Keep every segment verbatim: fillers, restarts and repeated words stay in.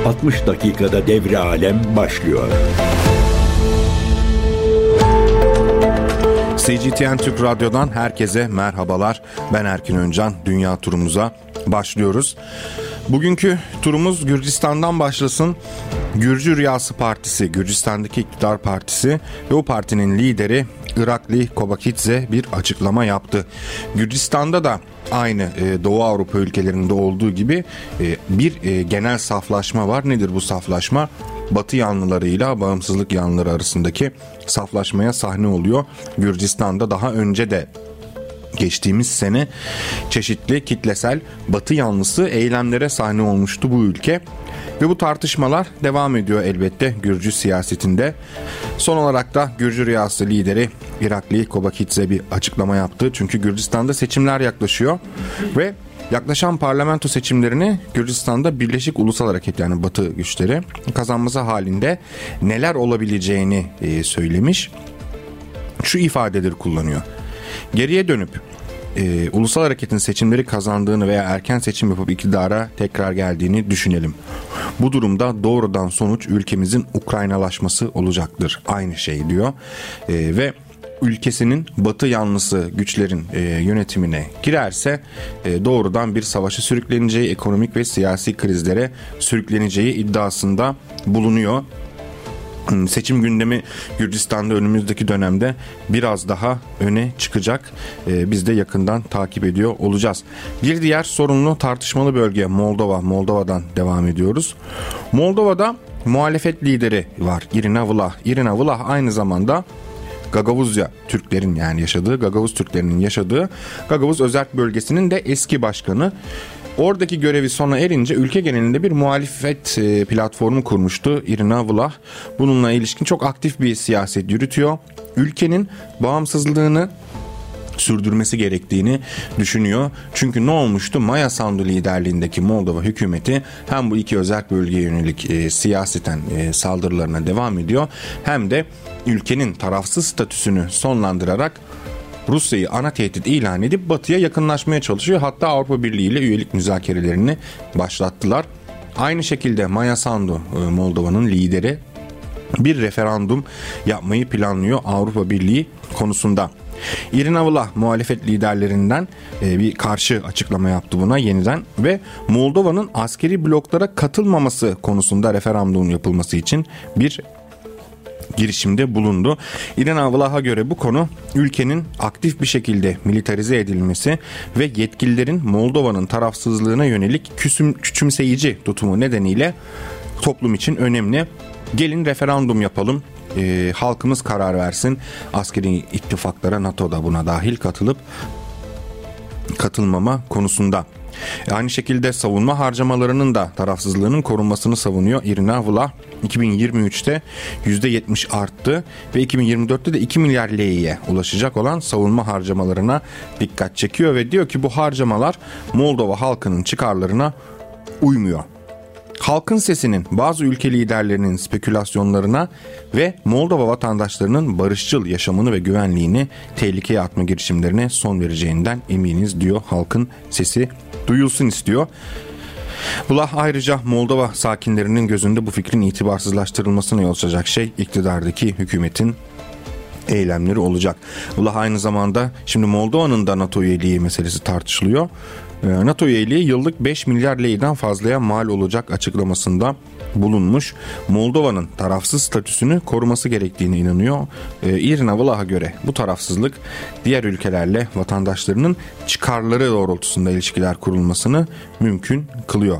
altmış dakikada devre alem başlıyor. C G T N Türk Radyo'dan herkese merhabalar. Ben Erkin Öncan. Dünya turumuza başlıyoruz. Bugünkü turumuz Gürcistan'dan başlasın. Gürcü Rüyası Partisi, Gürcistan'daki iktidar partisi ve o partinin lideri Irakli Kobakidze bir açıklama yaptı. Gürcistan'da da aynı Doğu Avrupa ülkelerinde olduğu gibi bir genel saflaşma var. Nedir bu saflaşma? Batı yanlılarıyla bağımsızlık yanlıları arasındaki saflaşmaya sahne oluyor. Gürcistan'da daha önce de geçtiğimiz sene çeşitli kitlesel Batı yanlısı eylemlere sahne olmuştu bu ülke. Ve bu tartışmalar devam ediyor elbette Gürcü siyasetinde. Son olarak da Gürcü Rüyası lideri Irakli Kobakidze bir açıklama yaptı. Çünkü Gürcistan'da seçimler yaklaşıyor ve yaklaşan parlamento seçimlerini Gürcistan'da Birleşik Ulusal Hareket, yani Batı güçleri kazanması halinde neler olabileceğini söylemiş. Şu ifadeleri kullanıyor. Geriye dönüp e, ulusal hareketin seçimleri kazandığını veya erken seçim yapıp iktidara tekrar geldiğini düşünelim. Bu durumda doğrudan sonuç ülkemizin Ukraynalaşması olacaktır. Aynı şey diyor. E, ve ülkesinin Batı yanlısı güçlerin e, yönetimine girerse e, doğrudan bir savaşa sürükleneceği, ekonomik ve siyasi krizlere sürükleneceği iddiasında bulunuyor. Seçim gündemi Gürcistan'da önümüzdeki dönemde biraz daha öne çıkacak. Ee, biz de yakından takip ediyor olacağız. Bir diğer sorunlu tartışmalı bölge Moldova. Moldova'dan devam ediyoruz. Moldova'da muhalefet lideri var, Irina Vlah. Irina Vlah aynı zamanda Gagavuzya Türklerin, yani yaşadığı Gagavuz Türklerinin yaşadığı Gagavuz Özerk Bölgesi'nin de eski başkanı. Oradaki görevi sona erince ülke genelinde bir muhalefet platformu kurmuştu Irina Vlah. Bununla ilişkin çok aktif bir siyaset yürütüyor. Ülkenin bağımsızlığını sürdürmesi gerektiğini düşünüyor. Çünkü ne olmuştu? Maya Sandu liderliğindeki Moldova hükümeti hem bu iki özerk bölgeye yönelik e, siyaseten e, saldırılarına devam ediyor, hem de ülkenin tarafsız statüsünü sonlandırarak Rusya'yı ana tehdit ilan edip Batı'ya yakınlaşmaya çalışıyor. Hatta Avrupa Birliği ile üyelik müzakerelerini başlattılar. Aynı şekilde Maya Sandu, Moldova'nın lideri, bir referandum yapmayı planlıyor Avrupa Birliği konusunda. Irina Vlah muhalefet liderlerinden bir karşı açıklama yaptı buna yeniden ve Moldova'nın askeri bloklara katılmaması konusunda referandum yapılması için bir girişimde bulundu. Irina Vlah'a göre bu konu ülkenin aktif bir şekilde militarize edilmesi ve yetkililerin Moldova'nın tarafsızlığına yönelik küsüm, küçümseyici tutumu nedeniyle toplum için önemli. Gelin referandum yapalım, e, halkımız karar versin. Askeri ittifaklara, NATO da buna dahil, katılıp katılmama konusunda. Aynı şekilde savunma harcamalarının da tarafsızlığının korunmasını savunuyor Irina Vlah. iki bin yirmi üçte yüzde yetmiş arttı ve iki bin yirmi dörtte de iki milyar liraya ulaşacak olan savunma harcamalarına dikkat çekiyor ve diyor ki bu harcamalar Moldova halkının çıkarlarına uymuyor. Halkın sesinin bazı ülke liderlerinin spekülasyonlarına ve Moldova vatandaşlarının barışçıl yaşamını ve güvenliğini tehlikeye atma girişimlerine son vereceğinden eminiz diyor. Halkın sesi duyulsun istiyor. Vlah ayrıca Moldova sakinlerinin gözünde bu fikrin itibarsızlaştırılmasına yol açacak şey iktidardaki hükümetin eylemleri olacak. Vlah aynı zamanda şimdi Moldova'nın da NATO üyeliği meselesi tartışılıyor. NATO üyeliği yıllık beş milyar liriden fazlaya mal olacak açıklamasında bulunmuş. Moldova'nın tarafsız statüsünü koruması gerektiğine inanıyor. Irina Vlah'a göre bu tarafsızlık diğer ülkelerle vatandaşlarının çıkarları doğrultusunda ilişkiler kurulmasını mümkün kılıyor.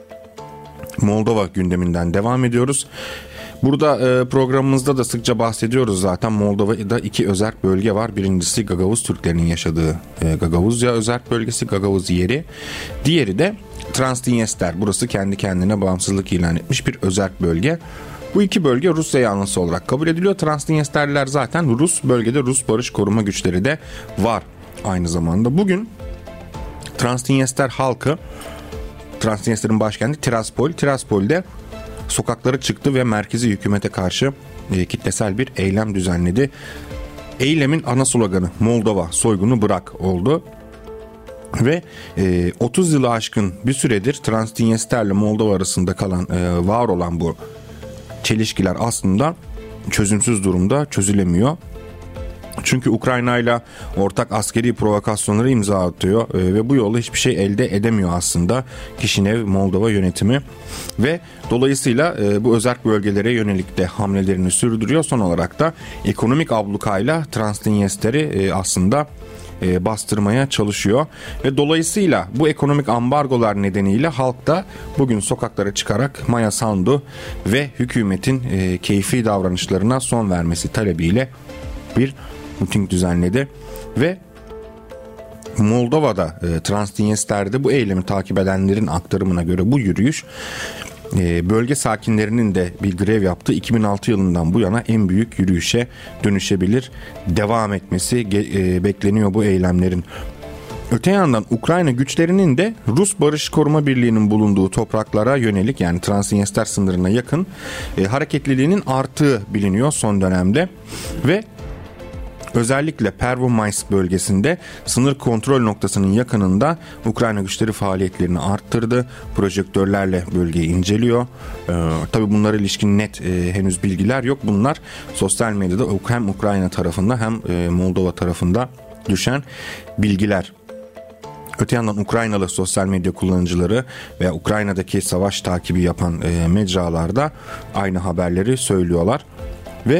Moldova gündeminden devam ediyoruz. Burada e, programımızda da sıkça bahsediyoruz zaten. Moldova'da iki özerk bölge var. Birincisi Gagavuz Türklerinin yaşadığı e, Gagavuzya özerk bölgesi, Gagavuz yeri. Diğeri de Transdniester. Burası kendi kendine bağımsızlık ilan etmiş bir özerk bölge. Bu iki bölge Rusya yanlısı olarak kabul ediliyor. Transdniesterliler zaten Rus, bölgede Rus barış koruma güçleri de var aynı zamanda. Bugün Transdniester halkı, Transdniester'in başkenti Tiraspol, Tiraspol'de sokaklara çıktı ve merkezi hükümete karşı e, kitlesel bir eylem düzenledi. Eylemin ana sloganı Moldova soygunu bırak oldu. Ve e, otuz yılı aşkın bir süredir Transdniester ile Moldova arasında kalan e, var olan bu çelişkiler aslında çözümsüz durumda, çözülemiyor. Çünkü Ukrayna ile ortak askeri provokasyonları imza atıyor e, ve bu yolla hiçbir şey elde edemiyor aslında Kişinev Moldova yönetimi ve dolayısıyla e, bu özerk bölgelere yönelik de hamlelerini sürdürüyor. Son olarak da ekonomik ablukayla Transdniester'i e, aslında e, bastırmaya çalışıyor ve dolayısıyla bu ekonomik ambargolar nedeniyle halk da bugün sokaklara çıkarak Maya Sandu ve hükümetin e, keyfi davranışlarına son vermesi talebiyle bir miting düzenledi ve Moldova'da e, Transdniester'de bu eylemi takip edenlerin aktarımına göre bu yürüyüş e, bölge sakinlerinin de bir grev yaptığı iki bin altı yılından bu yana en büyük yürüyüşe dönüşebilir. Devam etmesi e, bekleniyor bu eylemlerin. Öte yandan Ukrayna güçlerinin de Rus Barış Koruma Birliği'nin bulunduğu topraklara yönelik, yani Transdniester sınırına yakın e, hareketliliğinin arttığı biliniyor son dönemde ve özellikle Pervomaisk bölgesinde sınır kontrol noktasının yakınında Ukrayna güçleri faaliyetlerini arttırdı. Projektörlerle bölgeyi inceliyor. Ee, tabii bunlara ilişkin net e, henüz bilgiler yok. Bunlar sosyal medyada hem Ukrayna tarafında hem e, Moldova tarafında düşen bilgiler. Öte yandan Ukraynalı sosyal medya kullanıcıları veya Ukrayna'daki savaş takibi yapan e, mecralarda aynı haberleri söylüyorlar ve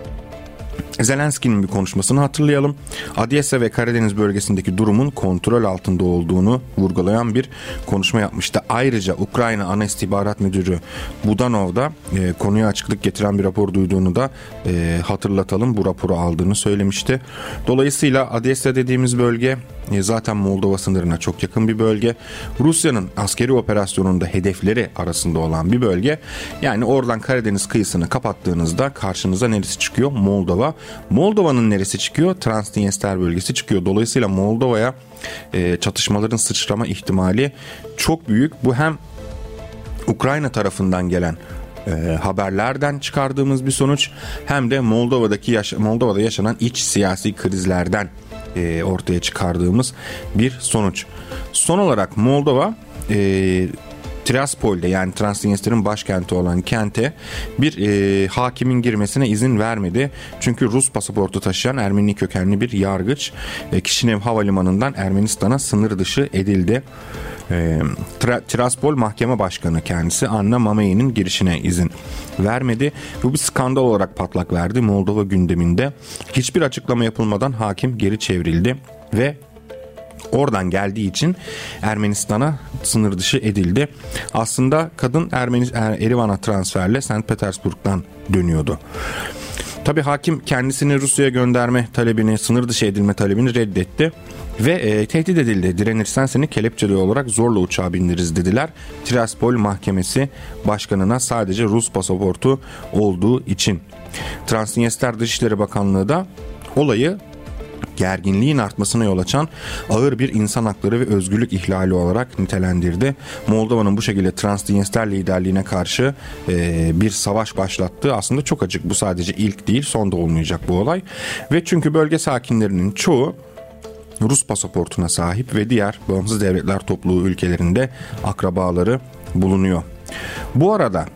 Zelenski'nin bir konuşmasını hatırlayalım. Odessa ve Karadeniz bölgesindeki durumun kontrol altında olduğunu vurgulayan bir konuşma yapmıştı. Ayrıca Ukrayna Ana İstihbarat Müdürü Budanov da e, konuya açıklık getiren bir rapor duyduğunu da e, hatırlatalım. Bu raporu aldığını söylemişti. Dolayısıyla Odessa dediğimiz bölge e, zaten Moldova sınırına çok yakın bir bölge. Rusya'nın askeri operasyonunda hedefleri arasında olan bir bölge. Yani oradan Karadeniz kıyısını kapattığınızda karşınıza neresi çıkıyor? Moldova. Moldova'nın neresi çıkıyor? Transdniester bölgesi çıkıyor. Dolayısıyla Moldova'ya e, çatışmaların sıçrama ihtimali çok büyük. Bu hem Ukrayna tarafından gelen e, haberlerden çıkardığımız bir sonuç, hem de Moldova'daki yaş- Moldova'da yaşanan iç siyasi krizlerden e, ortaya çıkardığımız bir sonuç. Son olarak Moldova e, Tiraspol'de, yani Transdniester'in başkenti olan kente bir e, hakimin girmesine izin vermedi. Çünkü Rus pasaportu taşıyan Ermeni kökenli bir yargıç e, Kişinev Havalimanı'ndan Ermenistan'a sınır dışı edildi. E, Tiraspol Mahkeme Başkanı kendisi Anna Mamei'nin girişine izin vermedi. Bu bir skandal olarak patlak verdi Moldova gündeminde. Hiçbir açıklama yapılmadan hakim geri çevrildi ve oradan geldiği için Ermenistan'a sınır dışı edildi. Aslında kadın Ermeni, Erivan'a transferle Sankt Petersburg'dan dönüyordu. Tabii hakim kendisini Rusya'ya gönderme talebini, sınır dışı edilme talebini reddetti ve e, tehdit edildi. Direnirsen seni kelepçeli olarak zorla uçağa bindiririz dediler. Tiraspol Mahkemesi Başkanı'na sadece Rus pasaportu olduğu için. Transdniester Dışişleri Bakanlığı da olayı gerginliğin artmasına yol açan ağır bir insan hakları ve özgürlük ihlali olarak nitelendirdi. Moldova'nın bu şekilde Transdniester liderliğine karşı e, bir savaş başlattığı aslında çok açık. Bu sadece ilk değil, son da olmayacak bu olay. Ve çünkü bölge sakinlerinin çoğu Rus pasaportuna sahip ve diğer bağımsız devletler topluluğu ülkelerinde akrabaları bulunuyor. Bu arada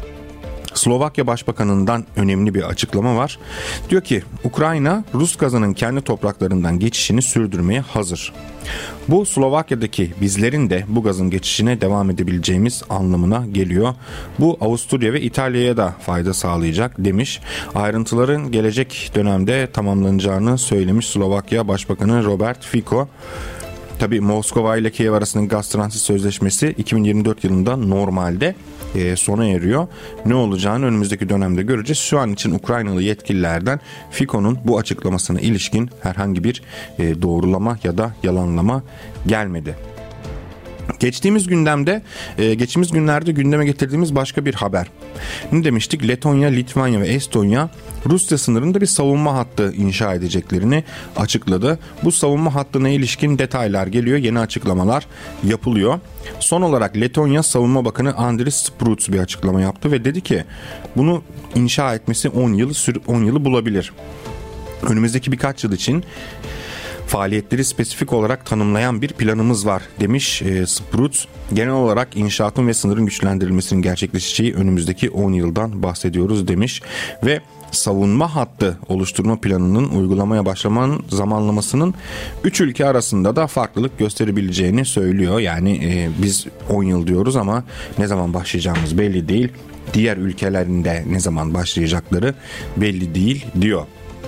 Slovakya Başbakanı'ndan önemli bir açıklama var. Diyor ki Ukrayna Rus gazının kendi topraklarından geçişini sürdürmeye hazır. Bu Slovakya'daki bizlerin de bu gazın geçişine devam edebileceğimiz anlamına geliyor. Bu Avusturya ve İtalya'ya da fayda sağlayacak demiş. Ayrıntıların gelecek dönemde tamamlanacağını söylemiş Slovakya Başbakanı Robert Fico. Tabii Moskova ile Kiev arasındaki gaz transit sözleşmesi iki bin yirmi dört yılında normalde e, sona eriyor. Ne olacağını önümüzdeki dönemde göreceğiz. Şu an için Ukraynalı yetkililerden Fico'nun bu açıklamasına ilişkin herhangi bir e, doğrulama ya da yalanlama gelmedi. Geçtiğimiz gündemde, geçtiğimiz günlerde gündeme getirdiğimiz başka bir haber. Ne demiştik? Letonya, Litvanya ve Estonya Rusya sınırında bir savunma hattı inşa edeceklerini açıkladı. Bu savunma hattına ilişkin detaylar geliyor, yeni açıklamalar yapılıyor. Son olarak Letonya Savunma Bakanı Andris Spruts bir açıklama yaptı ve dedi ki bunu inşa etmesi on yılı sürüp on yılı bulabilir. Önümüzdeki birkaç yıl için faaliyetleri spesifik olarak tanımlayan bir planımız var demiş e, Sprutz. Genel olarak inşaatın ve sınırın güçlendirilmesinin gerçekleşeceği önümüzdeki on yıldan bahsediyoruz demiş ve savunma hattı oluşturma planının uygulamaya başlamanın zamanlamasının üç ülke arasında da farklılık gösterebileceğini söylüyor. Yani e, biz on yıl diyoruz ama ne zaman başlayacağımız belli değil. Diğer ülkelerin de ne zaman başlayacakları belli değil diyor.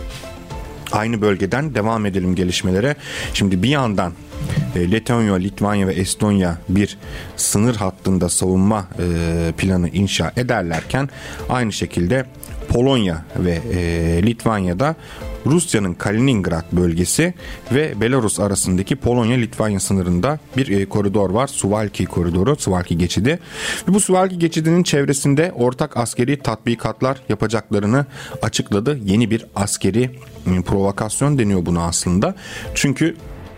Aynı bölgeden devam edelim gelişmelere. Şimdi bir yandan Letonya, Litvanya ve Estonya bir sınır hattında savunma planı inşa ederlerken aynı şekilde Polonya ve Litvanya'da Rusya'nın Kaliningrad bölgesi ve Belarus arasındaki Polonya-Litvanya sınırında bir koridor var. Suwalki koridoru, Suwalki geçidi. Ve bu Suwalki geçidinin çevresinde ortak askeri tatbikatlar yapacaklarını açıkladı. Yeni bir askeri provokasyon deniyor buna aslında. Çünkü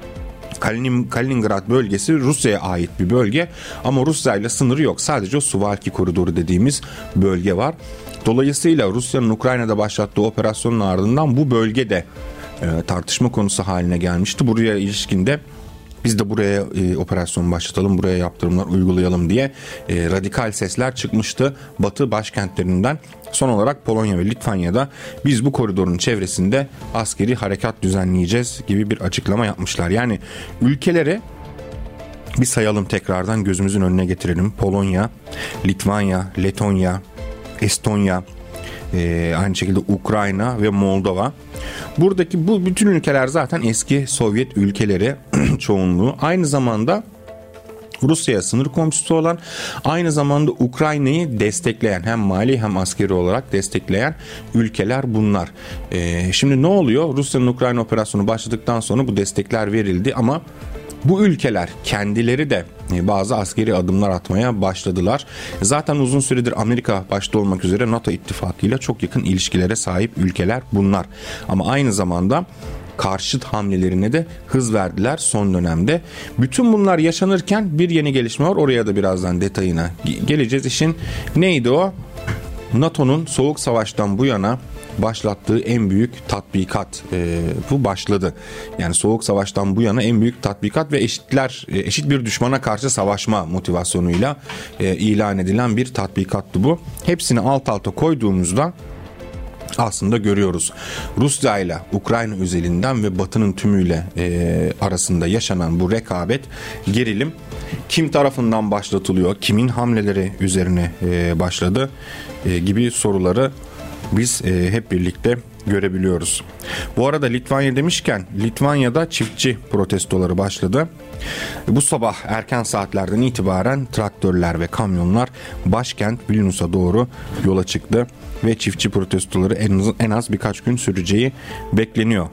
Kaliningrad bölgesi Rusya'ya ait bir bölge ama Rusya ile sınırı yok. Sadece o Suwalki koridoru dediğimiz bölge var. Dolayısıyla Rusya'nın Ukrayna'da başlattığı operasyonun ardından bu bölgede e, tartışma konusu haline gelmişti. Buraya ilişkin de biz de buraya e, operasyon başlatalım, buraya yaptırımlar uygulayalım diye e, radikal sesler çıkmıştı Batı başkentlerinden. Son olarak Polonya ve Litvanya'da biz bu koridorun çevresinde askeri harekat düzenleyeceğiz gibi bir açıklama yapmışlar. Yani ülkeleri bir sayalım tekrardan, gözümüzün önüne getirelim. Polonya, Litvanya, Letonya, Estonya, e, aynı şekilde Ukrayna ve Moldova. Buradaki bu bütün ülkeler zaten eski Sovyet ülkeleri çoğunluğu. Aynı zamanda Rusya'ya sınır komşusu olan, aynı zamanda Ukrayna'yı destekleyen, hem mali hem askeri olarak destekleyen ülkeler bunlar. Ee, şimdi ne oluyor? Rusya'nın Ukrayna operasyonu başladıktan sonra bu destekler verildi ama bu ülkeler kendileri de bazı askeri adımlar atmaya başladılar. Zaten uzun süredir Amerika başta olmak üzere NATO ittifakıyla çok yakın ilişkilere sahip ülkeler bunlar. Ama aynı zamanda karşıt hamlelerine de hız verdiler son dönemde. Bütün bunlar yaşanırken bir yeni gelişme var. Oraya da birazdan detayına geleceğiz. İşin neydi o? NATO'nun Soğuk Savaş'tan bu yana başlattığı en büyük tatbikat e, bu başladı. Yani Soğuk Savaş'tan bu yana en büyük tatbikat ve eşitler eşit bir düşmana karşı savaşma motivasyonuyla e, ilan edilen bir tatbikattı bu. Hepsini alt alta koyduğumuzda aslında görüyoruz. Rusya ile Ukrayna üzerinden ve Batı'nın tümüyle e, arasında yaşanan bu rekabet, gerilim kim tarafından başlatılıyor, kimin hamleleri üzerine e, başladı e, gibi soruları biz e, hep birlikte görebiliyoruz. Bu arada Litvanya demişken, Litvanya'da çiftçi protestoları başladı. Bu sabah erken saatlerden itibaren traktörler ve kamyonlar başkent Vilnius'a doğru yola çıktı ve çiftçi protestoları en az, en az birkaç gün süreceği bekleniyor.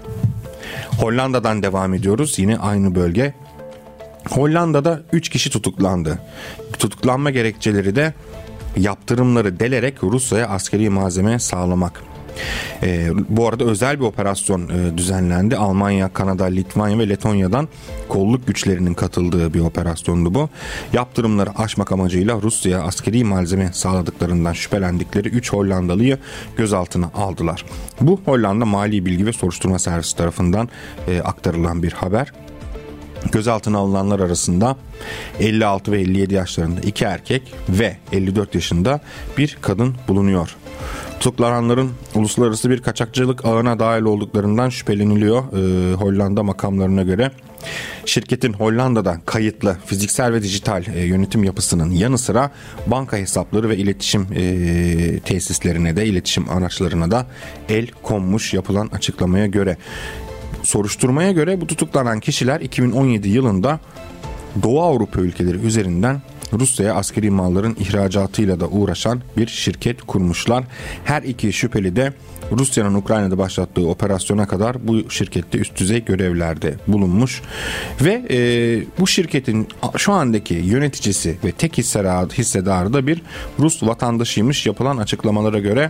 Hollanda'dan devam ediyoruz. Yine aynı bölge. Hollanda'da üç kişi tutuklandı. Tutuklanma gerekçeleri de yaptırımları delerek Rusya'ya askeri malzeme sağlamak. Ee, bu arada özel bir operasyon e, düzenlendi. Almanya, Kanada, Litvanya ve Letonya'dan kolluk güçlerinin katıldığı bir operasyondu bu. Yaptırımları aşmak amacıyla Rusya'ya askeri malzeme sağladıklarından şüphelendikleri üç Hollandalıyı gözaltına aldılar. Bu Hollanda Mali Bilgi ve Soruşturma Servisi tarafından e, aktarılan bir haber. Gözaltına alınanlar arasında elli altı ve elli yedi yaşlarında iki erkek ve elli dört yaşında bir kadın bulunuyor. Tutuklananların uluslararası bir kaçakçılık ağına dahil olduklarından şüpheleniliyor ee, Hollanda makamlarına göre. Şirketin Hollanda'da kayıtlı fiziksel ve dijital e, yönetim yapısının yanı sıra banka hesapları ve iletişim e, tesislerine de, iletişim araçlarına da el konmuş yapılan açıklamaya göre. Soruşturmaya göre bu tutuklanan kişiler iki bin on yedi yılında Doğu Avrupa ülkeleri üzerinden Rusya'ya askeri malların ihracatıyla da uğraşan bir şirket kurmuşlar. Her iki şüpheli de Rusya'nın Ukrayna'da başlattığı operasyona kadar bu şirkette üst düzey görevlerde bulunmuş ve e, bu şirketin şu andaki yöneticisi ve tek hissedarı da bir Rus vatandaşıymış yapılan açıklamalara göre.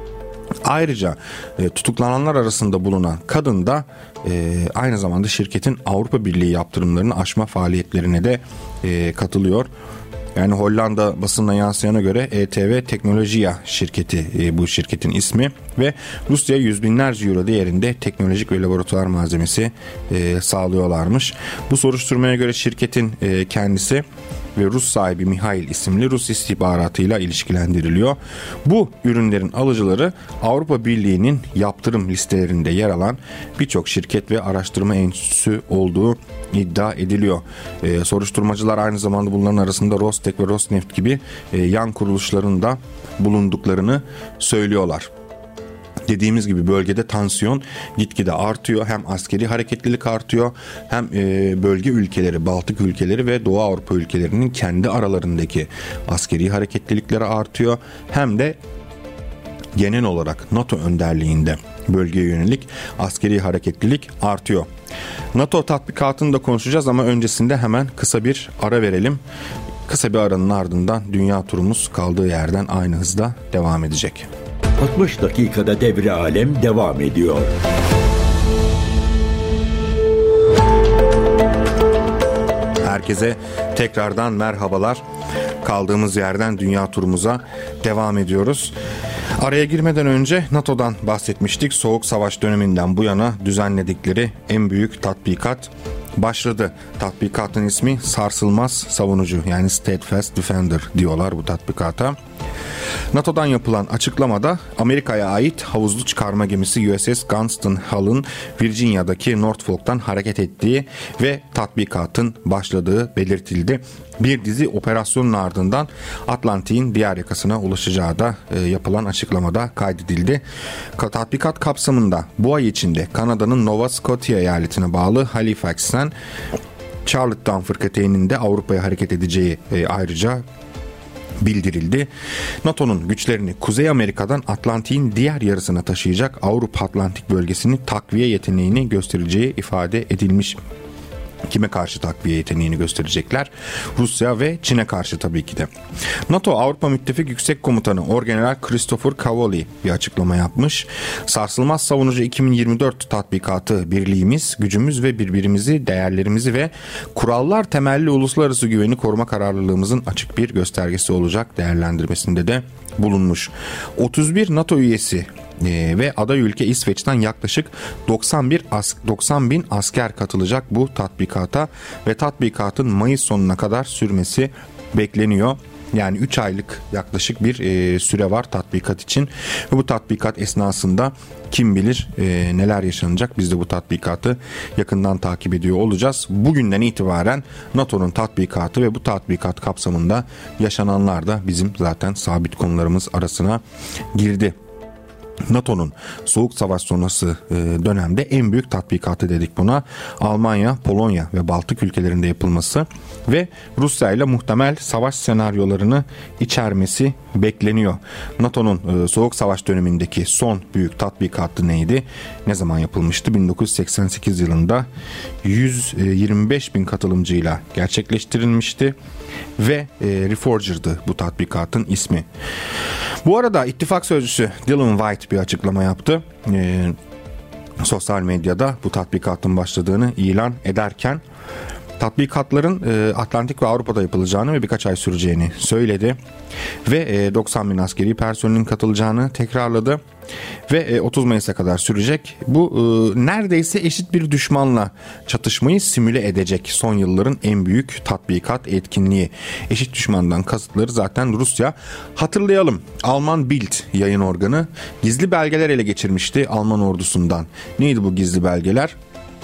Ayrıca e, tutuklananlar arasında bulunan kadın da e, aynı zamanda şirketin Avrupa Birliği yaptırımlarını aşma faaliyetlerine de e, katılıyor. Yani Hollanda basınına yansıyana göre E T V Teknolojiya şirketi e, bu şirketin ismi ve Rusya'ya yüz binlerce euro değerinde teknolojik ve laboratuvar malzemesi e, sağlıyorlarmış. Bu soruşturmaya göre şirketin e, kendisi ve Rus sahibi Mihail isimli Rus istihbaratıyla ilişkilendiriliyor. Bu ürünlerin alıcıları Avrupa Birliği'nin yaptırım listelerinde yer alan birçok şirket ve araştırma enstitüsü olduğu iddia ediliyor. Ee, soruşturmacılar aynı zamanda bunların arasında Rostek ve Rosneft gibi e, yan kuruluşların da bulunduklarını söylüyorlar. Dediğimiz gibi bölgede tansiyon gitgide artıyor. Hem askeri hareketlilik artıyor hem e, bölge ülkeleri, Baltık ülkeleri ve Doğu Avrupa ülkelerinin kendi aralarındaki askeri hareketlilikleri artıyor. Hem de genel olarak NATO önderliğinde bölgeye yönelik askeri hareketlilik artıyor. NATO tatbikatını da konuşacağız ama öncesinde hemen kısa bir ara verelim. Kısa bir aranın ardından dünya turumuz kaldığı yerden aynı hızda devam edecek. altmış dakikada devre alem devam ediyor. Herkese tekrardan merhabalar. Kaldığımız yerden dünya turumuza devam ediyoruz. Araya girmeden önce NATO'dan bahsetmiştik. Soğuk Savaş döneminden bu yana düzenledikleri en büyük tatbikat başladı. Tatbikatın ismi Sarsılmaz Savunucu, yani Steadfast Defender diyorlar bu tatbikata. NATO'dan yapılan açıklamada Amerika'ya ait havuzlu çıkarma gemisi U S S Gunston Hull'ın Virginia'daki Norfolk'tan hareket ettiği ve tatbikatın başladığı belirtildi. Bir dizi operasyonun ardından Atlantik'in diğer yakasına ulaşacağı da e, yapılan açıklamada kaydedildi. Tatbikat kapsamında bu ay içinde Kanada'nın Nova Scotia eyaletine bağlı Halifax'ten Charlottetown fırkateyninde Avrupa'ya hareket edeceği e, ayrıca bildirildi. NATO'nun güçlerini Kuzey Amerika'dan Atlantik'in diğer yarısına taşıyacak Avrupa Atlantik bölgesini takviye yeteneğini göstereceği ifade edilmiş. Kime karşı takviye yeteneğini gösterecekler? Rusya ve Çin'e karşı tabii ki de. NATO Avrupa Müttefik Yüksek Komutanı Orgeneral Christopher Cavoli bir açıklama yapmış. Sarsılmaz Savunucu iki bin yirmi dört tatbikatı birliğimiz, gücümüz ve birbirimizi, değerlerimizi ve kurallar temelli uluslararası güveni koruma kararlılığımızın açık bir göstergesi olacak değerlendirmesinde de bulunmuş. otuz bir NATO üyesi Ee, ve aday ülke İsveç'ten yaklaşık doksan bir as- doksan bin asker katılacak bu tatbikata ve tatbikatın Mayıs sonuna kadar sürmesi bekleniyor. Yani üç aylık yaklaşık bir e, süre var tatbikat için ve bu tatbikat esnasında kim bilir e, neler yaşanacak. Biz de bu tatbikatı yakından takip ediyor olacağız. Bugünden itibaren NATO'nun tatbikatı ve bu tatbikat kapsamında yaşananlar da bizim zaten sabit konularımız arasına girdi. NATO'nun Soğuk Savaş sonrası dönemde en büyük tatbikatı dedik buna. Almanya, Polonya ve Baltık ülkelerinde yapılması ve Rusya ile muhtemel savaş senaryolarını içermesi bekleniyor. NATO'nun Soğuk Savaş dönemindeki son büyük tatbikatı neydi? Ne zaman yapılmıştı? bin dokuz yüz seksen sekiz yılında yüz yirmi beş bin katılımcıyla gerçekleştirilmişti ve Reforger'dı bu tatbikatın ismi. Bu arada ittifak sözcüsü Dylan White bir açıklama yaptı. Ee, sosyal medyada bu tatbikatın başladığını ilan ederken tatbikatların e, Atlantik ve Avrupa'da yapılacağını ve birkaç ay süreceğini söyledi. Ve e, doksan bin askeri personelin katılacağını tekrarladı. Ve e, otuz Mayıs'a kadar sürecek. Bu e, neredeyse eşit bir düşmanla çatışmayı simüle edecek son yılların en büyük tatbikat etkinliği. Eşit düşmandan kasıtları zaten Rusya. Hatırlayalım, Alman Bild yayın organı gizli belgeler ele geçirmişti Alman ordusundan. Neydi bu gizli belgeler?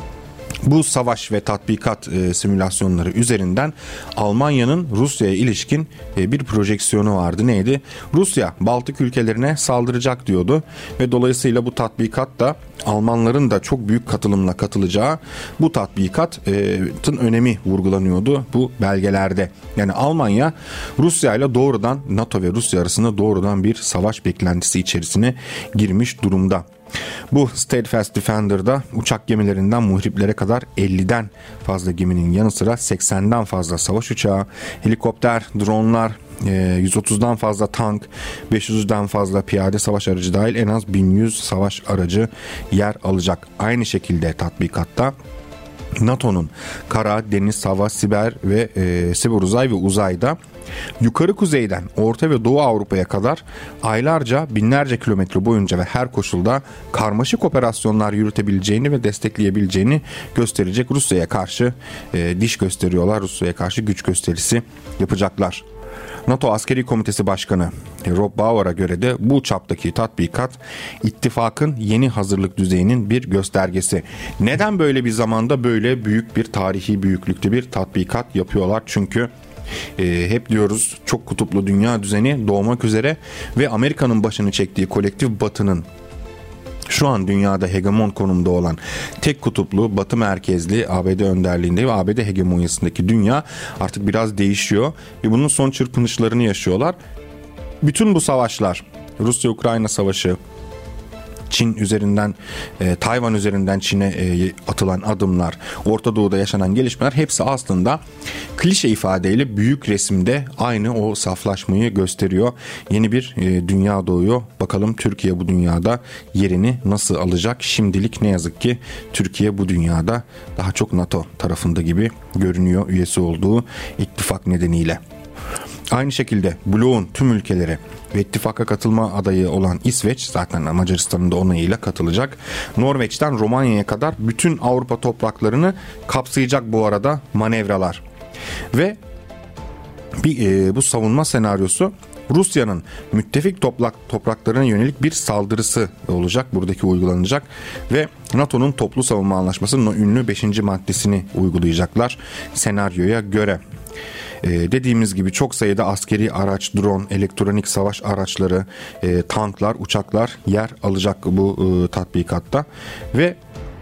Bu savaş ve tatbikat e, simülasyonları üzerinden Almanya'nın Rusya'ya ilişkin e, bir projeksiyonu vardı. Neydi? Rusya Baltık ülkelerine saldıracak diyordu ve dolayısıyla bu tatbikat da Almanların da çok büyük katılımla katılacağı bu tatbikatın önemi vurgulanıyordu bu belgelerde. Yani Almanya Rusya ile doğrudan NATO ve Rusya arasında doğrudan bir savaş beklentisi içerisine girmiş durumda. Bu Steadfast Defender'da uçak gemilerinden muhriplere kadar elliden fazla geminin yanı sıra seksenden fazla savaş uçağı, helikopter, dronlar, yüz otuzdan fazla tank, beş yüzden fazla piyade savaş aracı dahil en az bin yüz savaş aracı yer alacak. Aynı şekilde tatbikatta NATO'nun kara, deniz, hava, siber ve e, siber uzay ve uzayda Yukarı kuzeyden Orta ve Doğu Avrupa'ya kadar aylarca, binlerce kilometre boyunca ve her koşulda karmaşık operasyonlar yürütebileceğini ve destekleyebileceğini gösterecek Rusya'ya karşı e, diş gösteriyorlar. Rusya'ya karşı güç gösterisi yapacaklar. NATO Askeri Komitesi Başkanı Rob Bauer'a göre de bu çaptaki tatbikat ittifakın yeni hazırlık düzeyinin bir göstergesi. Neden böyle bir zamanda böyle büyük bir tarihi büyüklükte bir tatbikat yapıyorlar? Çünkü e, hep diyoruz çok kutuplu dünya düzeni doğmak üzere ve Amerika'nın başını çektiği kolektif batının şu an dünyada hegemon konumda olan tek kutuplu, batı merkezli A B D önderliğinde ve A B D hegemonyasındaki dünya artık biraz değişiyor ve bunun son çırpınışlarını yaşıyorlar. Bütün bu savaşlar, Rusya-Ukrayna savaşı, Çin üzerinden, e, Tayvan üzerinden Çin'e e, atılan adımlar, Orta Doğu'da yaşanan gelişmeler hepsi aslında klişe ifadeyle büyük resimde aynı o saflaşmayı gösteriyor. Yeni bir e, dünya doğuyor. Bakalım Türkiye bu dünyada yerini nasıl alacak? Şimdilik ne yazık ki Türkiye bu dünyada daha çok NATO tarafında gibi görünüyor üyesi olduğu ittifak nedeniyle. Aynı şekilde bloğun tüm ülkeleri ve ittifaka katılma adayı olan İsveç, zaten Macaristan'ın da onayıyla katılacak. Norveç'ten Romanya'ya kadar bütün Avrupa topraklarını kapsayacak bu arada manevralar. Ve bir, e, bu savunma senaryosu Rusya'nın müttefik toprak, topraklarına yönelik bir saldırısı olacak. Buradaki uygulanacak ve NATO'nun toplu savunma anlaşmasının o ünlü beşinci maddesini uygulayacaklar senaryoya göre. Ee, dediğimiz gibi çok sayıda askeri araç, drone, elektronik savaş araçları, e, tanklar, uçaklar yer alacak bu e, tatbikatta ve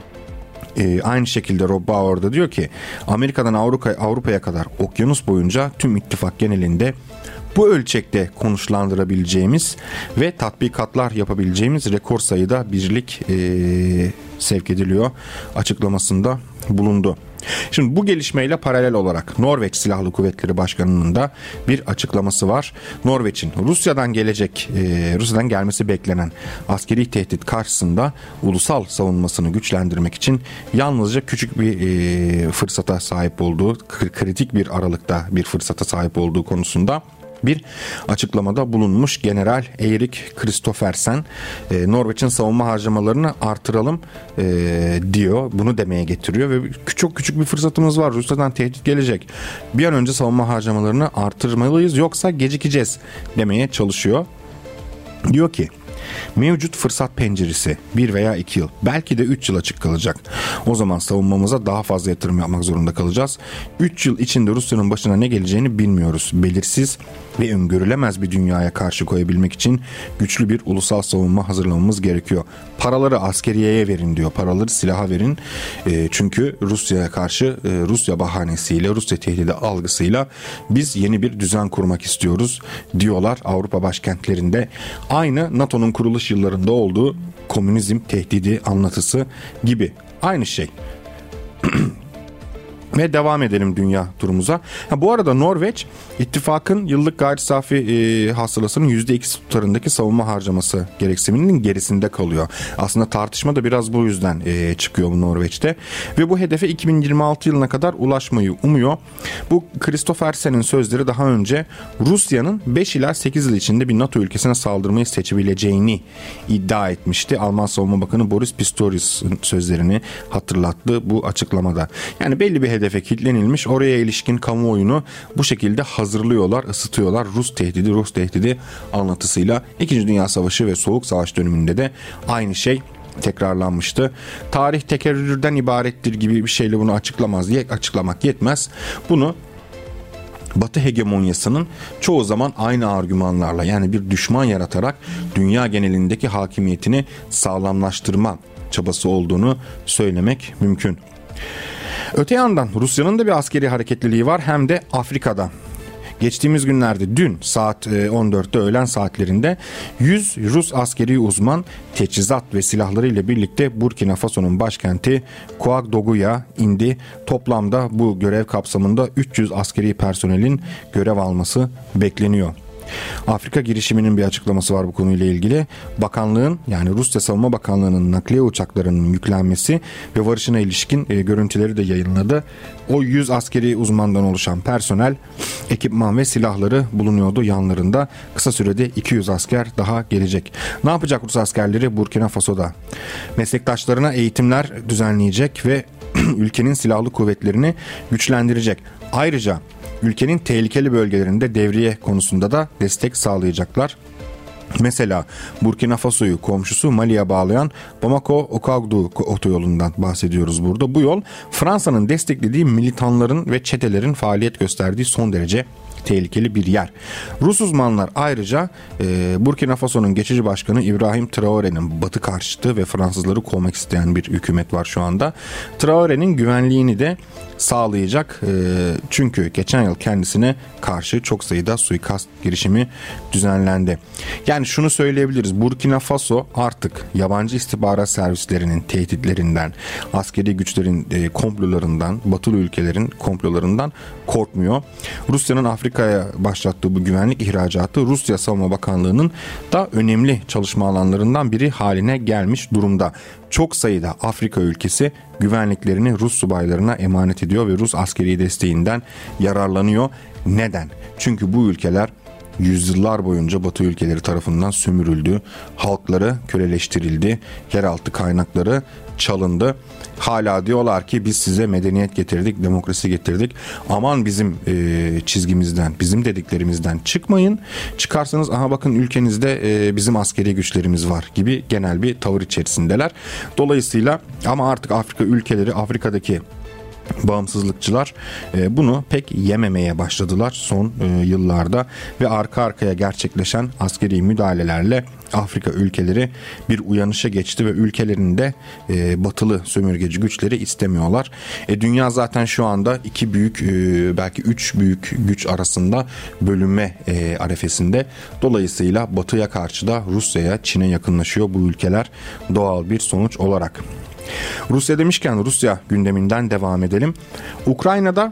e, aynı şekilde Rob Bauer da diyor ki Amerika'dan Avrupa, Avrupa'ya kadar okyanus boyunca tüm ittifak genelinde bu ölçekte konuşlandırabileceğimiz ve tatbikatlar yapabileceğimiz rekor sayıda birlik e, sevk ediliyor açıklamasında bulundu. Şimdi bu gelişmeyle paralel olarak Norveç Silahlı Kuvvetleri Başkanı'nın da bir açıklaması var. Norveç'in Rusya'dan gelecek, e, Rusya'dan gelmesi beklenen askeri tehdit karşısında ulusal savunmasını güçlendirmek için yalnızca küçük bir e, fırsata sahip olduğu, kritik bir aralıkta bir fırsata sahip olduğu konusunda bir açıklamada bulunmuş. General Eirik Kristoffersen e, Norveç'in savunma harcamalarını artıralım e, diyor. Bunu demeye getiriyor ve çok küçük bir fırsatımız var. Rusya'dan tehdit gelecek. Bir an önce savunma harcamalarını artırmalıyız yoksa gecikeceğiz demeye çalışıyor. Diyor ki mevcut fırsat penceresi bir veya iki yıl, belki de üç yıl açık kalacak. O zaman savunmamıza daha fazla yatırım yapmak zorunda kalacağız. üç yıl içinde Rusya'nın başına ne geleceğini bilmiyoruz. Belirsiz ve öngörülemez bir dünyaya karşı koyabilmek için güçlü bir ulusal savunma hazırlamamız gerekiyor. Paraları askeriyeye verin diyor. Paraları silaha verin. E, çünkü Rusya'ya karşı e, Rusya bahanesiyle, Rusya tehdidi algısıyla biz yeni bir düzen kurmak istiyoruz diyorlar Avrupa başkentlerinde. Aynı NATO'nun kuruluş yıllarında olduğu komünizm tehdidi anlatısı gibi. Aynı şey. Ve devam edelim dünya turumuza. Ha, bu arada Norveç ittifakın yıllık gayri safi e, hasılasının yüzde iki tutarındaki savunma harcaması gereksiniminin gerisinde kalıyor. Aslında tartışma da biraz bu yüzden e, çıkıyor bu Norveç'te. Ve bu hedefe iki bin yirmi altı yılına kadar ulaşmayı umuyor. Bu Kristoffersen'in sözleri daha önce Rusya'nın beş ila sekiz yıl içinde bir NATO ülkesine saldırmayı seçebileceğini iddia etmişti. Alman Savunma Bakanı Boris Pistorius'un sözlerini hatırlattı bu açıklamada. Yani belli bir hedefe kilitlenilmiş, oraya ilişkin kamuoyunu bu şekilde hazırlıyorlar, ısıtıyorlar. Rus tehdidi, Rus tehdidi anlatısıyla. İkinci Dünya Savaşı ve Soğuk Savaş döneminde de aynı şey tekrarlanmıştı. Tarih tekerrürden ibarettir gibi bir şeyle bunu açıklamaz, açıklamak yetmez. Bunu Batı hegemonyasının çoğu zaman aynı argümanlarla, yani bir düşman yaratarak dünya genelindeki hakimiyetini sağlamlaştırma çabası olduğunu söylemek mümkün. Öte yandan Rusya'nın da bir askeri hareketliliği var, hem de Afrika'da. Geçtiğimiz günlerde dün saat on dörtte öğlen saatlerinde yüz Rus askeri uzman teçhizat ve silahlarıyla birlikte Burkina Faso'nun başkenti Ouagadougou'ya indi. Toplamda bu görev kapsamında üç yüz askeri personelin görev alması bekleniyor. Afrika girişiminin bir açıklaması var bu konuyla ilgili. Bakanlığın, yani Rusya Savunma Bakanlığı'nın nakliye uçaklarının yüklenmesi ve varışına ilişkin e, görüntüleri de yayınladı. O yüz askeri uzmandan oluşan personel, ekipman ve silahları bulunuyordu yanlarında. Kısa sürede iki yüz asker daha gelecek. Ne yapacak Rus askerleri Burkina Faso'da? Meslektaşlarına eğitimler düzenleyecek ve ülkenin silahlı kuvvetlerini güçlendirecek. Ayrıca ülkenin tehlikeli bölgelerinde devriye konusunda da destek sağlayacaklar. Mesela Burkina Faso'yu komşusu Mali'ye bağlayan Bamako-Ouagadougou otoyolundan bahsediyoruz burada. Bu yol Fransa'nın desteklediği militanların ve çetelerin faaliyet gösterdiği son derece tehlikeli bir yer. Rus uzmanlar ayrıca e, Burkina Faso'nun geçici başkanı İbrahim Traore'nin Batı karşıtı ve Fransızları kovmak isteyen bir hükümet var şu anda. Traore'nin güvenliğini de sağlayacak. E, çünkü geçen yıl kendisine karşı çok sayıda suikast girişimi düzenlendi. Yani şunu söyleyebiliriz. Burkina Faso artık yabancı istihbarat servislerinin tehditlerinden, askeri güçlerin e, komplolarından, batılı ülkelerin komplolarından korkmuyor. Rusya'nın Afrika'ya başlattığı bu güvenlik ihracatı Rusya Savunma Bakanlığı'nın da önemli çalışma alanlarından biri haline gelmiş durumda. Çok sayıda Afrika ülkesi güvenliklerini Rus subaylarına emanet ediyor ve Rus askeri desteğinden yararlanıyor. Neden? Çünkü bu ülkeler yüzyıllar boyunca Batı ülkeleri tarafından sömürüldü, halkları köleleştirildi, yeraltı kaynakları çalındı. Hala diyorlar ki biz size medeniyet getirdik, demokrasi getirdik. Aman bizim e, çizgimizden, bizim dediklerimizden çıkmayın. Çıkarsanız aha bakın ülkenizde e, bizim askeri güçlerimiz var gibi genel bir tavır içerisindeler. Dolayısıyla ama artık Afrika ülkeleri, Afrika'daki bağımsızlıkçılar e, bunu pek yememeye başladılar son e, yıllarda ve arka arkaya gerçekleşen askeri müdahalelerle Afrika ülkeleri bir uyanışa geçti ve ülkelerinde e, batılı sömürgeci güçleri istemiyorlar. E, dünya zaten şu anda iki büyük e, belki üç büyük güç arasında bölünme e, arefesinde. Dolayısıyla batıya karşı da Rusya'ya, Çin'e yakınlaşıyor bu ülkeler doğal bir sonuç olarak. Rusya demişken Rusya gündeminden devam edelim. Ukrayna'da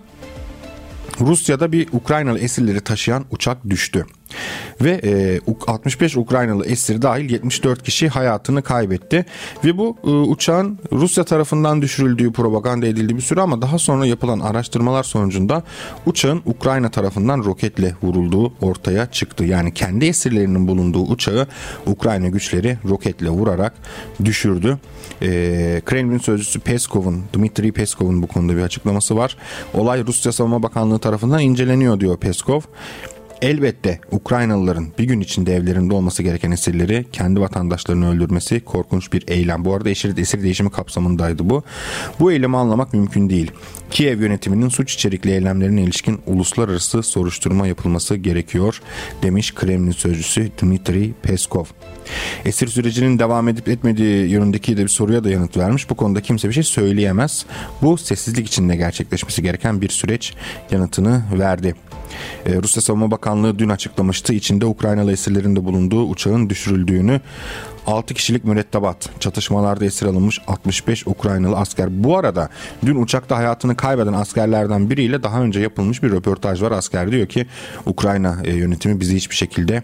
Rusya'da bir Ukraynalı esirleri taşıyan uçak düştü. Ve e, altmış beş Ukraynalı esir dahil yetmiş dört kişi hayatını kaybetti. Ve bu e, uçağın Rusya tarafından düşürüldüğü propaganda edildi bir süre ama daha sonra yapılan araştırmalar sonucunda uçağın Ukrayna tarafından roketle vurulduğu ortaya çıktı. Yani kendi esirlerinin bulunduğu uçağı Ukrayna güçleri roketle vurarak düşürdü. E, Kremlin sözcüsü Peskov'un, Dmitri Peskov'un bu konuda bir açıklaması var. Olay Rusya Savunma Bakanlığı tarafından inceleniyor diyor Peskov. Elbette Ukraynalıların bir gün içinde evlerinde olması gereken esirleri kendi vatandaşlarını öldürmesi korkunç bir eylem. Bu arada esir, esir değişimi kapsamındaydı bu. Bu eylemi anlamak mümkün değil. Kiev yönetiminin suç içerikli eylemlerine ilişkin uluslararası soruşturma yapılması gerekiyor demiş Kremlin sözcüsü Dmitri Peskov. Esir sürecinin devam edip etmediği yönündeki de bir soruya da yanıt vermiş. Bu konuda kimse bir şey söyleyemez. Bu sessizlik içinde gerçekleşmesi gereken bir süreç yanıtını verdi. Ee, Rusya Savunma Bakanlığı dün açıklamıştı. İçinde Ukraynalı esirlerin de bulunduğu uçağın düşürüldüğünü. altı kişilik mürettebat, çatışmalarda esir alınmış altmış beş Ukraynalı asker. Bu arada dün uçakta hayatını kaybeden askerlerden biriyle daha önce yapılmış bir röportaj var. Asker diyor ki Ukrayna e, yönetimi bizi hiçbir şekilde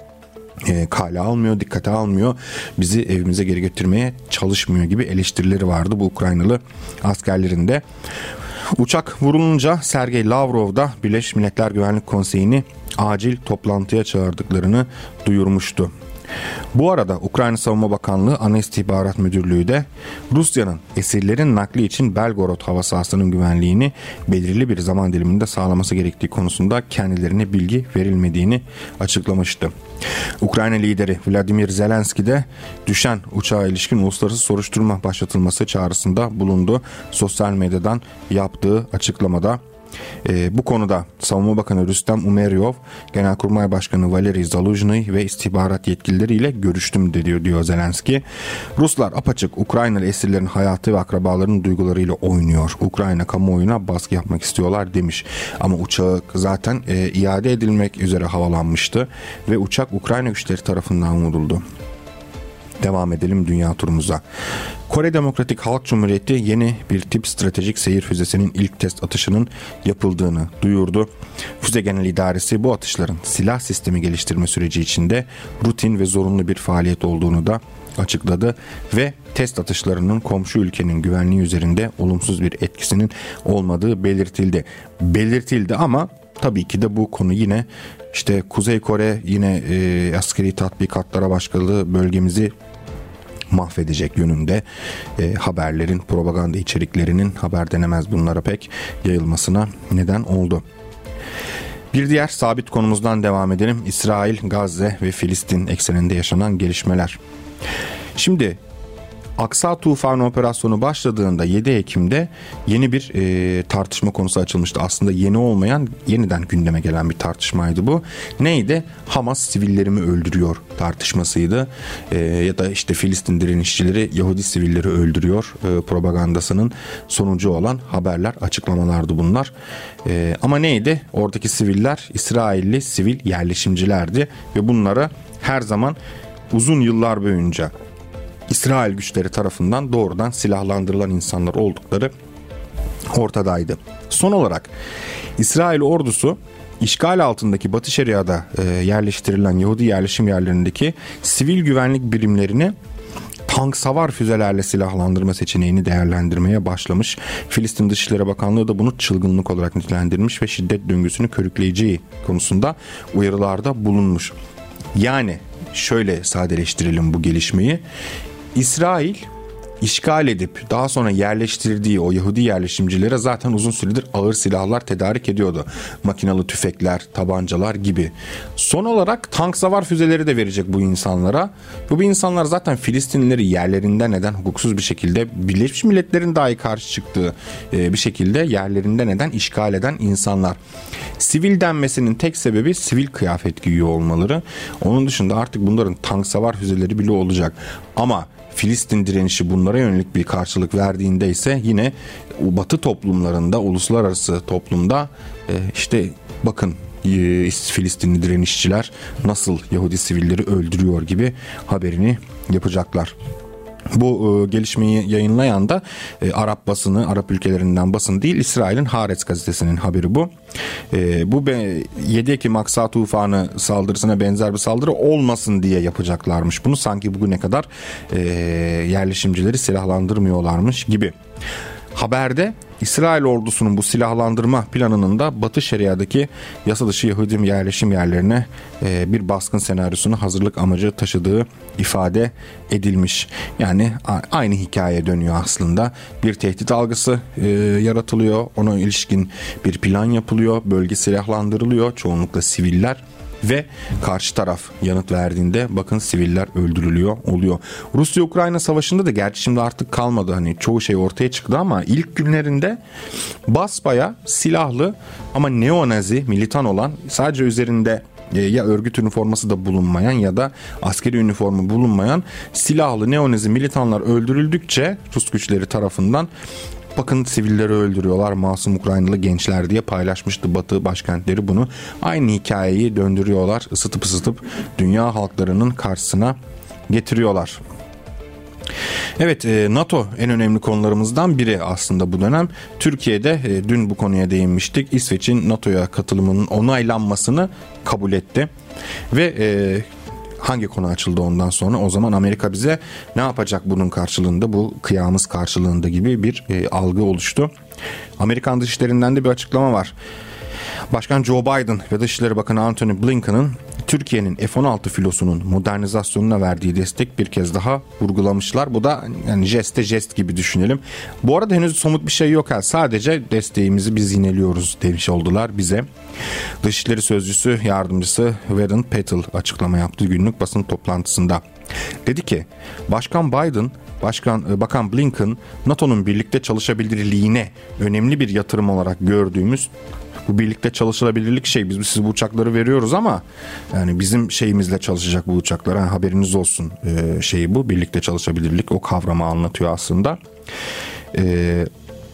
E, kale almıyor, dikkate almıyor, bizi evimize geri götürmeye çalışmıyor gibi eleştirileri vardı bu Ukraynalı askerlerin de. Uçak vurulunca Sergey Lavrov da Birleşmiş Milletler Güvenlik Konseyi'ni acil toplantıya çağırdıklarını duyurmuştu. Bu arada Ukrayna Savunma Bakanlığı Ana İstihbarat Müdürlüğü de Rusya'nın esirlerin nakli için Belgorod hava sahasının güvenliğini belirli bir zaman diliminde sağlaması gerektiği konusunda kendilerine bilgi verilmediğini açıklamıştı. Ukrayna lideri Vladimir Zelenski de düşen uçağa ilişkin uluslararası soruşturma başlatılması çağrısında bulundu. Sosyal medyadan yaptığı açıklamada E, bu konuda Savunma Bakanı Rüstem Umeryov, Genelkurmay Başkanı Valeri Zaluzhny ve istihbarat yetkilileriyle görüştüm diyor, diyor Zelenski. Ruslar apaçık Ukraynalı esirlerin hayatı ve akrabalarının duygularıyla oynuyor. Ukrayna kamuoyuna baskı yapmak istiyorlar demiş. Ama uçağı zaten e, iade edilmek üzere havalanmıştı ve uçak Ukrayna güçleri tarafından vuruldu. devam edelim dünya turumuza. Kore Demokratik Halk Cumhuriyeti yeni bir tip stratejik seyir füzesinin ilk test atışının yapıldığını duyurdu. Füze Genel İdaresi bu atışların silah sistemi geliştirme süreci içinde rutin ve zorunlu bir faaliyet olduğunu da açıkladı ve test atışlarının komşu ülkenin güvenliği üzerinde olumsuz bir etkisinin olmadığı belirtildi. Belirtildi ama tabii ki de bu konu yine işte Kuzey Kore yine e, askeri tatbikatlara başladığı bölgemizi mahvedecek yönünde e, haberlerin, propaganda içeriklerinin haber denemez bunlara pek yayılmasına neden oldu. Bir diğer sabit konumuzdan devam edelim. İsrail, Gazze ve Filistin ekseninde yaşanan gelişmeler. Şimdi Aksa Tufanı operasyonu başladığında yedi Ekim'de yeni bir e, tartışma konusu açılmıştı. Aslında yeni olmayan, yeniden gündeme gelen bir tartışmaydı bu. Neydi? Hamas sivillerimi öldürüyor tartışmasıydı. E, ya da işte Filistin direnişçileri Yahudi sivilleri öldürüyor e, propagandasının sonucu olan haberler, açıklamalardı bunlar. E, ama neydi? Oradaki siviller İsrailli sivil yerleşimcilerdi ve bunlara her zaman uzun yıllar boyunca İsrail güçleri tarafından doğrudan silahlandırılan insanlar oldukları ortadaydı. Son olarak İsrail ordusu işgal altındaki Batı Şeria'da e, yerleştirilen Yahudi yerleşim yerlerindeki sivil güvenlik birimlerini tank savar füzelerle silahlandırma seçeneğini değerlendirmeye başlamış. Filistin Dışişleri Bakanlığı da bunu çılgınlık olarak nitelendirmiş ve şiddet döngüsünü körükleyeceği konusunda uyarılarda bulunmuş. Yani şöyle sadeleştirelim bu gelişmeyi. İsrail işgal edip daha sonra yerleştirdiği o Yahudi yerleşimcilere zaten uzun süredir ağır silahlar tedarik ediyordu. Makinalı tüfekler, tabancalar gibi. Son olarak tank savar füzeleri de verecek bu insanlara. Bu insanlar zaten Filistinlileri yerlerinden neden hukuksuz bir şekilde Birleşmiş Milletler'in dahi karşı çıktığı bir şekilde yerlerinden neden işgal eden insanlar. Sivil denmesinin tek sebebi sivil kıyafet giyiyor olmaları. Onun dışında artık bunların tank savar füzeleri bile olacak. Ama Filistin direnişi bunlara yönelik bir karşılık verdiğinde ise yine Batı toplumlarında, uluslararası toplumda işte bakın Filistinli direnişçiler nasıl Yahudi sivilleri öldürüyor gibi haberini yapacaklar. Bu e, gelişmeyi yayınlayan da e, Arap basını, Arap ülkelerinden basın değil, İsrail'in Haaretz gazetesinin haberi bu. E, bu be, yedi Ekim Aksa Tufanı saldırısına benzer bir saldırı olmasın diye yapacaklarmış. Bunu sanki bugüne kadar e, yerleşimcileri silahlandırmıyorlarmış gibi. Haberde İsrail ordusunun bu silahlandırma planının da Batı Şeria'daki yasa dışı Yahudi yerleşim yerlerine bir baskın senaryosunu hazırlık amacı taşıdığı ifade edilmiş. Yani aynı hikaye dönüyor aslında. Bir tehdit algısı yaratılıyor. Ona ilişkin bir plan yapılıyor. Bölge silahlandırılıyor. Çoğunlukla siviller. Ve karşı taraf yanıt verdiğinde bakın siviller öldürülüyor oluyor. Rusya-Ukrayna savaşında da gerçi şimdi artık kalmadı, hani çoğu şey ortaya çıktı ama ilk günlerinde basbaya silahlı ama neonazi militan olan, sadece üzerinde ya örgüt üniforması da bulunmayan ya da askeri üniformu bulunmayan silahlı neonazi militanlar öldürüldükçe Rus güçleri tarafından bakın sivilleri öldürüyorlar, masum Ukraynalı gençler diye paylaşmıştı Batı başkentleri bunu. Aynı hikayeyi döndürüyorlar, ısıtıp ısıtıp dünya halklarının karşısına getiriyorlar. Evet, NATO en önemli konularımızdan biri aslında bu dönem. Türkiye'de dün bu konuya değinmiştik. İsveç'in NATO'ya katılımının onaylanmasını kabul etti. Ve hangi konu açıldı ondan sonra? O zaman Amerika bize ne yapacak bunun karşılığında, bu kıyamız karşılığında gibi bir e, algı oluştu. Amerikan Dışişleri'nden de bir açıklama var. Başkan Joe Biden ve Dışişleri Bakanı Antony Blinken'ın Türkiye'nin F on altı filosunun modernizasyonuna verdiği destek bir kez daha vurgulamışlar. Bu da yani jeste jest gibi düşünelim. Bu arada henüz somut bir şey yok. Sadece desteğimizi biz yineliyoruz demiş oldular bize. Dışişleri Sözcüsü Yardımcısı Warren Petel açıklama yaptı günlük basın toplantısında. Dedi ki Başkan Biden, Başkan Bakan Blinken NATO'nun birlikte çalışabilirliğine önemli bir yatırım olarak gördüğümüz bu birlikte çalışılabilirlik şey, biz size bu uçakları veriyoruz ama yani bizim şeyimizle çalışacak bu uçaklar, yani haberiniz olsun ee, şeyi bu birlikte çalışabilirlik, o kavramı anlatıyor aslında. Ee,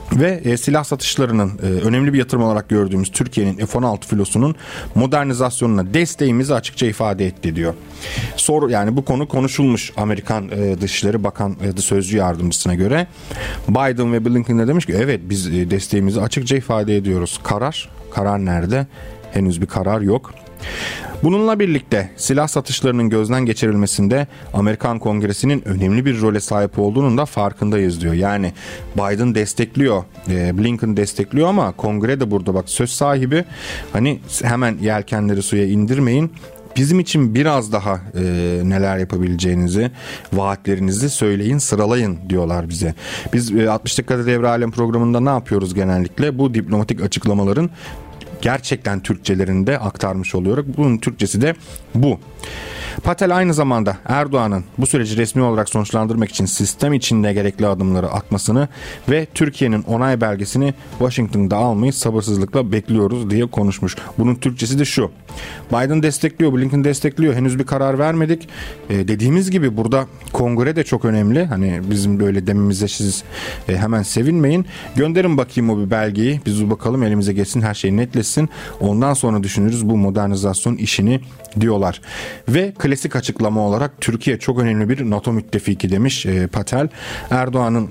Ve e, silah satışlarının e, önemli bir yatırım olarak gördüğümüz Türkiye'nin F on altı filosunun modernizasyonuna desteğimizi açıkça ifade etti diyor. Sor, yani bu konu konuşulmuş Amerikan e, Dışişleri Bakan e, Sözcü Yardımcısına göre. Biden ve Blinken de demiş ki evet biz e, desteğimizi açıkça ifade ediyoruz. Karar, karar nerede? Henüz bir karar yok. Bununla birlikte silah satışlarının gözden geçirilmesinde Amerikan Kongresi'nin önemli bir role sahip olduğunun da farkındayız diyor. Yani Biden destekliyor, Blinken destekliyor ama Kongre de burada bak söz sahibi. Hani hemen yelkenleri suya indirmeyin. Bizim için biraz daha e, neler yapabileceğinizi, vaatlerinizi söyleyin, sıralayın diyorlar bize. Biz e, altmış dakikada Devre Alem programında ne yapıyoruz genellikle? Bu diplomatik açıklamaların gerçekten Türkçelerinde aktarmış oluyor. Bunun Türkçesi de bu. Patel aynı zamanda Erdoğan'ın bu süreci resmi olarak sonuçlandırmak için sistem içinde gerekli adımları atmasını ve Türkiye'nin onay belgesini Washington'da almayı sabırsızlıkla bekliyoruz diye konuşmuş. Bunun Türkçesi de şu. Biden destekliyor, Blinken destekliyor. Henüz bir karar vermedik. Ee, dediğimiz gibi burada Kongre de çok önemli. Hani bizim böyle dememize siz e, hemen sevinmeyin. Gönderin bakayım o bir belgeyi. Biz bir bakalım elimize geçsin, her şey netleşsin. Ondan sonra düşünürüz bu modernizasyon işini diyorlar. Ve klasik açıklama olarak Türkiye çok önemli bir NATO müttefiki demiş e, Patel. Erdoğan'ın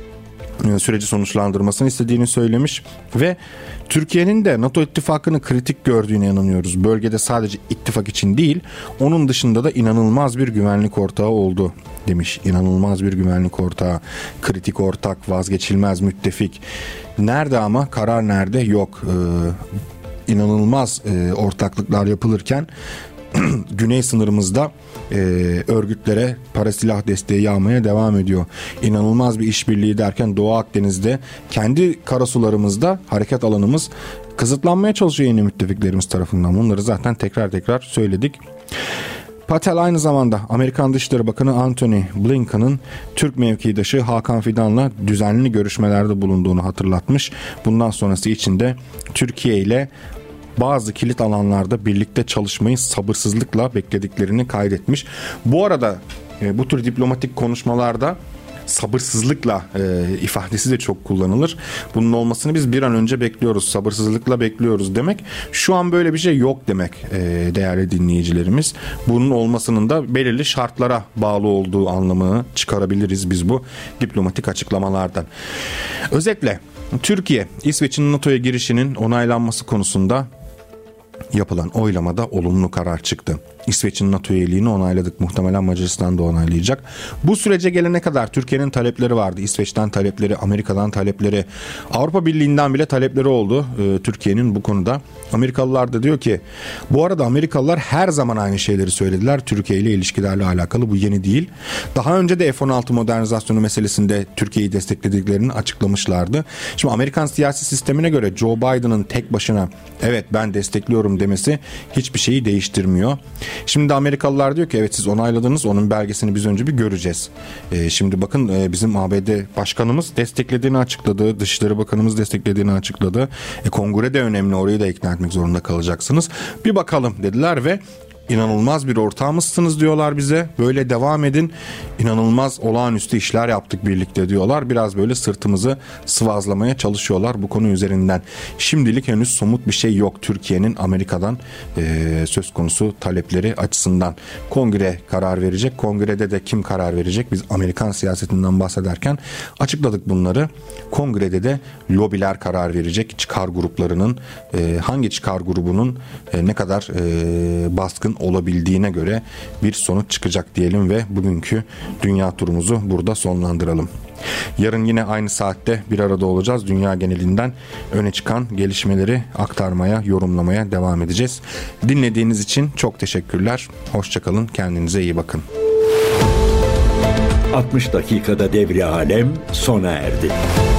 e, süreci sonuçlandırmasını istediğini söylemiş ve Türkiye'nin de NATO ittifakını kritik gördüğüne inanıyoruz. Bölgede sadece ittifak için değil, onun dışında da inanılmaz bir güvenlik ortağı oldu demiş. İnanılmaz bir güvenlik ortağı, kritik ortak, vazgeçilmez müttefik. Nerede ama? Karar nerede? Yok. Ee, inanılmaz e, ortaklıklar yapılırken güney sınırımızda e, örgütlere para silah desteği yağmaya devam ediyor. İnanılmaz bir işbirliği derken Doğu Akdeniz'de kendi karasularımızda hareket alanımız kısıtlanmaya çalışıyor yeni müttefiklerimiz tarafından. Bunları zaten tekrar tekrar söyledik. Patel aynı zamanda Amerikan Dışişleri Bakanı Antony Blinken'ın Türk mevkidaşı Hakan Fidan'la düzenli görüşmelerde bulunduğunu hatırlatmış. Bundan sonrası için de Türkiye ile bazı kilit alanlarda birlikte çalışmayı sabırsızlıkla beklediklerini kaydetmiş. Bu arada e, bu tür diplomatik konuşmalarda sabırsızlıkla e, ifadesi de çok kullanılır. Bunun olmasını biz bir an önce bekliyoruz. Sabırsızlıkla bekliyoruz demek. Şu an böyle bir şey yok demek e, değerli dinleyicilerimiz. Bunun olmasının da belirli şartlara bağlı olduğu anlamını çıkarabiliriz biz bu diplomatik açıklamalardan. Özetle Türkiye, İsveç'in NATO'ya girişinin onaylanması konusunda yapılan oylamada olumlu karar çıktı. İsveç'in NATO üyeliğini onayladık. Muhtemelen Macaristan da onaylayacak. Bu sürece gelene kadar Türkiye'nin talepleri vardı. İsveç'ten talepleri, Amerika'dan talepleri, Avrupa Birliği'nden bile talepleri oldu e, Türkiye'nin bu konuda. Amerikalılar da diyor ki, bu arada Amerikalılar her zaman aynı şeyleri söylediler. Türkiye ile ilişkilerle alakalı, bu yeni değil. Daha önce de F on altı modernizasyonu meselesinde Türkiye'yi desteklediklerini açıklamışlardı. Şimdi Amerikan siyasi sistemine göre Joe Biden'ın tek başına evet ben destekliyorum demesi hiçbir şeyi değiştirmiyor. Şimdi Amerikalılar diyor ki evet siz onayladınız, onun belgesini biz önce bir göreceğiz. Ee, şimdi bakın e, bizim A B D başkanımız desteklediğini açıkladı. Dışişleri Bakanımız desteklediğini açıkladı. E, Kongre de önemli, orayı da ikna etmek zorunda kalacaksınız. Bir bakalım dediler ve İnanılmaz bir ortağımızsınız diyorlar bize. Böyle devam edin. İnanılmaz olağanüstü işler yaptık birlikte diyorlar. Biraz böyle sırtımızı sıvazlamaya çalışıyorlar bu konu üzerinden. Şimdilik henüz somut bir şey yok Türkiye'nin Amerika'dan e, söz konusu talepleri açısından. Kongre karar verecek. Kongrede de kim karar verecek? Biz Amerikan siyasetinden bahsederken açıkladık bunları. Kongrede de lobiler karar verecek. Çıkar gruplarının e, hangi çıkar grubunun e, ne kadar e, baskın olabildiğine göre bir sonuç çıkacak diyelim ve bugünkü dünya turumuzu burada sonlandıralım. Yarın yine aynı saatte bir arada olacağız. Dünya genelinden öne çıkan gelişmeleri aktarmaya, yorumlamaya devam edeceğiz. Dinlediğiniz için çok teşekkürler. Hoşça kalın. Kendinize iyi bakın. altmış dakikada Devre Alem sona erdi.